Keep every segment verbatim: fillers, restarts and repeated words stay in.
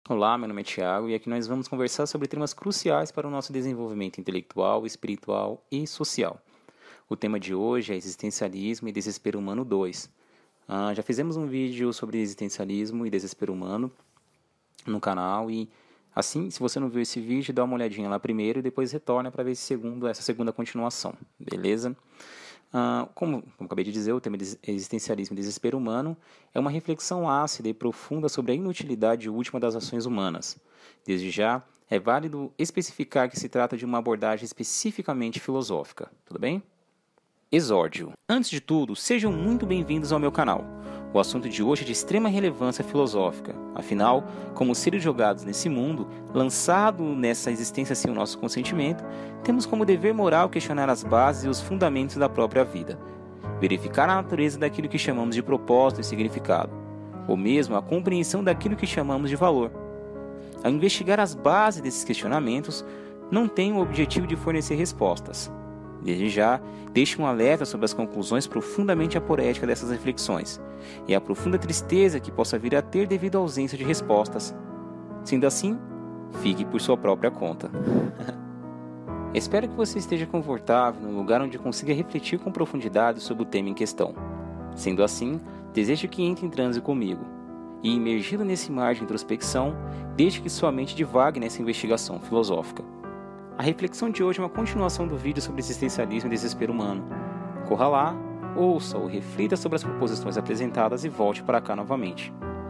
Olá, meu nome é Thiago e aqui nós vamos conversar sobre temas cruciais para o nosso desenvolvimento intelectual, espiritual e social. O tema de hoje é Existencialismo e Desespero Humano dois. Ah, já fizemos um vídeo sobre existencialismo e desespero humano no canal e, assim, se você não viu esse vídeo, dá uma olhadinha lá primeiro e depois retorna para ver esse segundo, essa segunda continuação, beleza? Uh, como, como acabei de dizer, o tema de existencialismo e desespero humano é uma reflexão ácida e profunda sobre a inutilidade última das ações humanas. Desde já, é válido especificar que se trata de uma abordagem especificamente filosófica, tudo bem? Exórdio. Antes de tudo, sejam muito bem-vindos ao meu canal. O assunto de hoje é de extrema relevância filosófica. Afinal, como seres jogados nesse mundo, lançado nessa existência sem o nosso consentimento, temos como dever moral questionar as bases e os fundamentos da própria vida. Verificar a natureza daquilo que chamamos de propósito e significado, ou mesmo a compreensão daquilo que chamamos de valor. Ao investigar as bases desses questionamentos, não tenho o objetivo de fornecer respostas. Desde já, deixo um alerta sobre as conclusões profundamente aporéticas dessas reflexões e a profunda tristeza que possa vir a ter devido à ausência de respostas. Sendo assim, fique por sua própria conta. Espero que você esteja confortável num lugar onde consiga refletir com profundidade sobre o tema em questão. Sendo assim, desejo que entre em transe comigo e, imergido nesse mar de introspecção, deixe que sua mente divague nessa investigação filosófica. A reflexão de hoje é uma continuação do vídeo sobre existencialismo e desespero humano. Corra lá, ouça ou reflita sobre as proposições apresentadas e volte para cá novamente.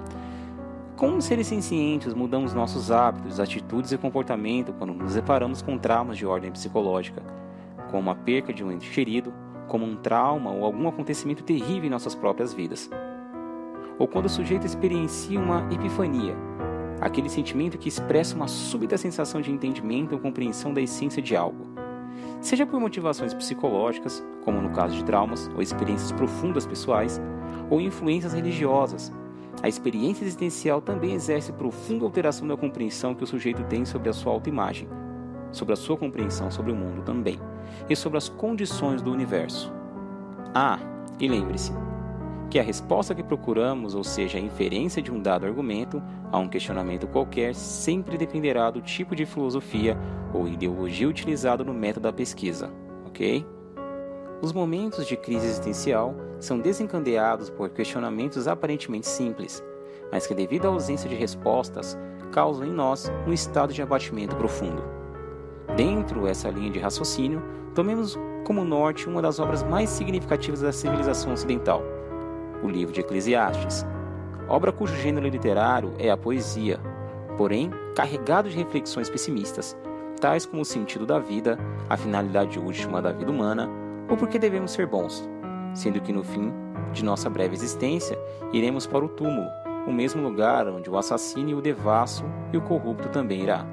Como seres sencientes, mudamos nossos hábitos, atitudes e comportamento quando nos deparamos com traumas de ordem psicológica, como a perca de um ente querido, como um trauma ou algum acontecimento terrível em nossas próprias vidas. Ou quando o sujeito experiencia uma epifania, aquele sentimento que expressa uma súbita sensação de entendimento ou compreensão da essência de algo. Seja por motivações psicológicas, como no caso de traumas ou experiências profundas pessoais, ou influências religiosas, a experiência existencial também exerce profunda alteração da compreensão que o sujeito tem sobre a sua autoimagem, sobre a sua compreensão sobre o mundo também, e sobre as condições do universo. Ah, e lembre-se, que a resposta que procuramos, ou seja, a inferência de um dado argumento a um questionamento qualquer, sempre dependerá do tipo de filosofia ou ideologia utilizado no método da pesquisa, ok? Os momentos de crise existencial são desencadeados por questionamentos aparentemente simples, mas que, devido à ausência de respostas, causam em nós um estado de abatimento profundo. Dentro dessa linha de raciocínio, tomemos como norte uma das obras mais significativas da civilização ocidental, o livro de Eclesiastes, obra cujo gênero literário é a poesia, porém carregado de reflexões pessimistas, tais como o sentido da vida, a finalidade última da vida humana, ou por que devemos ser bons, sendo que no fim de nossa breve existência iremos para o túmulo, o mesmo lugar onde o assassino e o devasso e o corrupto também irá.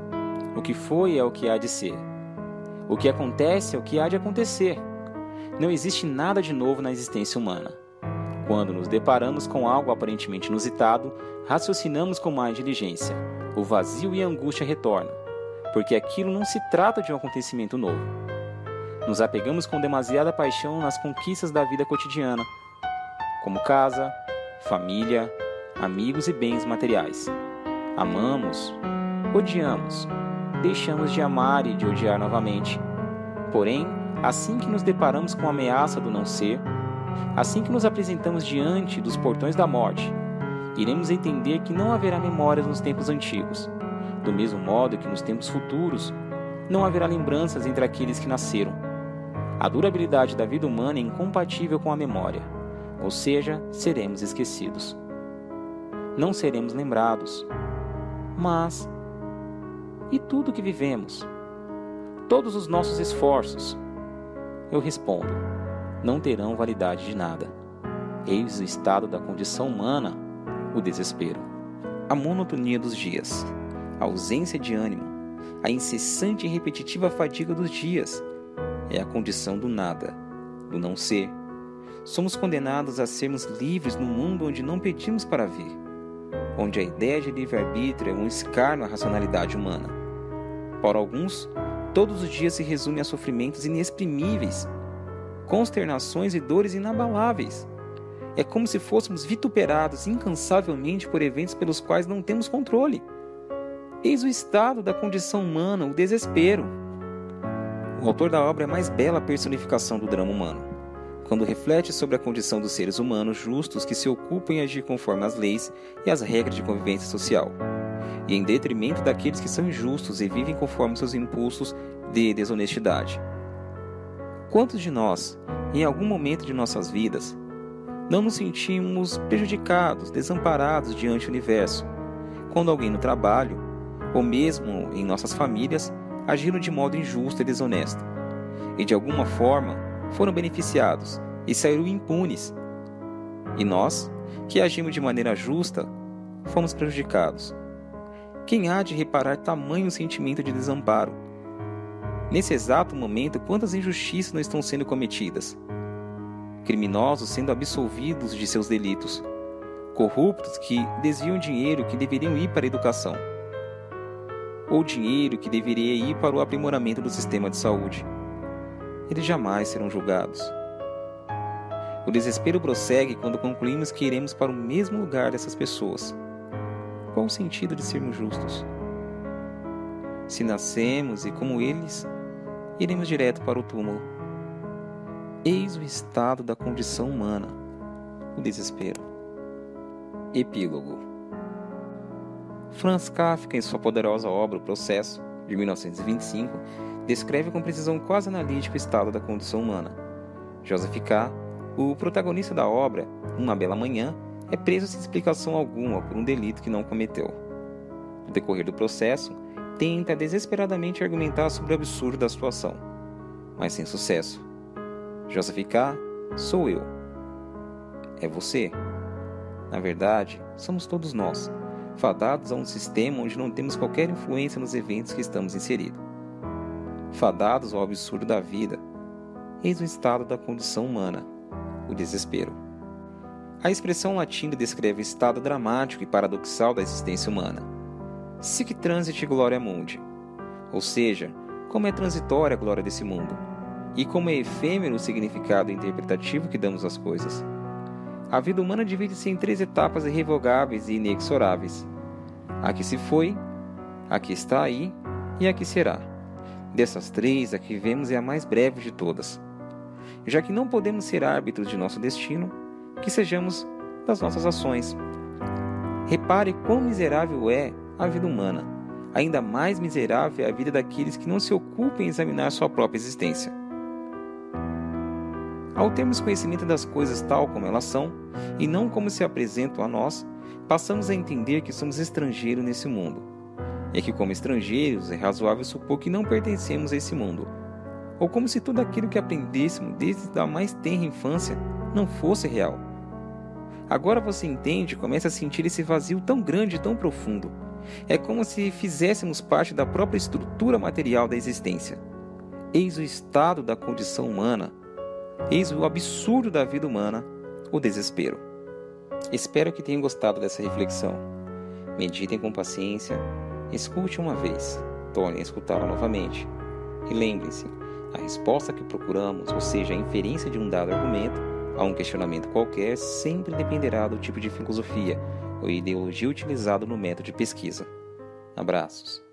O que foi é o que há de ser. O que acontece é o que há de acontecer. Não existe nada de novo na existência humana. Quando nos deparamos com algo aparentemente inusitado, raciocinamos com mais diligência. O vazio e a angústia retornam, porque aquilo não se trata de um acontecimento novo. Nos apegamos com demasiada paixão nas conquistas da vida cotidiana, como casa, família, amigos e bens materiais. Amamos, odiamos, deixamos de amar e de odiar novamente. Porém, assim que nos deparamos com a ameaça do não ser, assim que nos apresentamos diante dos portões da morte, iremos entender que não haverá memórias nos tempos antigos, do mesmo modo que nos tempos futuros não haverá lembranças entre aqueles que nasceram. A durabilidade da vida humana é incompatível com a memória, ou seja, seremos esquecidos. Não seremos lembrados. Mas, e tudo que vivemos? Todos os nossos esforços? Eu respondo, não terão validade de nada. Eis o estado da condição humana, o desespero. A monotonia dos dias, a ausência de ânimo, a incessante e repetitiva fadiga dos dias, é a condição do nada, do não ser. Somos condenados a sermos livres no mundo onde não pedimos para vir, onde a ideia de livre-arbítrio é um escárnio à racionalidade humana. Para alguns, todos os dias se resumem a sofrimentos inexprimíveis, consternações e dores inabaláveis. É como se fôssemos vituperados incansavelmente por eventos pelos quais não temos controle. Eis o estado da condição humana, o desespero. O autor da obra é a mais bela personificação do drama humano, quando reflete sobre a condição dos seres humanos justos que se ocupam em agir conforme as leis e as regras de convivência social, e em detrimento daqueles que são injustos e vivem conforme seus impulsos de desonestidade. Quantos de nós, em algum momento de nossas vidas, não nos sentimos prejudicados, desamparados diante do universo, quando alguém no trabalho, ou mesmo em nossas famílias, agiram de modo injusto e desonesto, e de alguma forma foram beneficiados e saíram impunes. E nós, que agimos de maneira justa, fomos prejudicados. Quem há de reparar tamanho sentimento de desamparo? Nesse exato momento, quantas injustiças não estão sendo cometidas? Criminosos sendo absolvidos de seus delitos, corruptos que desviam dinheiro que deveriam ir para a educação, ou dinheiro que deveria ir para o aprimoramento do sistema de saúde. Eles jamais serão julgados. O desespero prossegue quando concluímos que iremos para o mesmo lugar dessas pessoas. Qual o sentido de sermos justos? Se nascemos e, como eles, iremos direto para o túmulo. Eis o estado da condição humana, o desespero. Epílogo. Franz Kafka, em sua poderosa obra O Processo, de mil novecentos e vinte e cinco, descreve com precisão quase analítica o estado da condição humana. Joseph K., o protagonista da obra, uma bela manhã, é preso sem explicação alguma por um delito que não cometeu. No decorrer do processo, tenta desesperadamente argumentar sobre o absurdo da situação, mas sem sucesso. Joseph K. sou eu. É você. Na verdade, somos todos nós, fadados a um sistema onde não temos qualquer influência nos eventos que estamos inseridos. Fadados ao absurdo da vida, eis o estado da condição humana, o desespero. A expressão latina descreve o estado dramático e paradoxal da existência humana. Sic transit gloria mundi, ou seja, como é transitória a glória desse mundo, e como é efêmero o significado interpretativo que damos às coisas. A vida humana divide-se em três etapas irrevogáveis e inexoráveis: a que se foi, a que está aí e a que será. Dessas três, a que vivemos é a mais breve de todas. Já que não podemos ser árbitros de nosso destino, que sejamos das nossas ações. Repare quão miserável é a vida humana. Ainda mais miserável é a vida daqueles que não se ocupam em examinar sua própria existência. Ao termos conhecimento das coisas tal como elas são, e não como se apresentam a nós, passamos a entender que somos estrangeiros nesse mundo. E que, como estrangeiros, é razoável supor que não pertencemos a esse mundo, ou como se tudo aquilo que aprendêssemos desde a mais tenra infância não fosse real. Agora você entende e começa a sentir esse vazio tão grande e tão profundo. É como se fizéssemos parte da própria estrutura material da existência. Eis o estado da condição humana, eis o absurdo da vida humana, o desespero. Espero que tenham gostado dessa reflexão. Meditem com paciência, escute uma vez, tornem a escutá-la novamente. E lembrem-se, a resposta que procuramos, ou seja, a inferência de um dado argumento a um questionamento qualquer, sempre dependerá do tipo de filosofia ou ideologia utilizado no método de pesquisa. Abraços.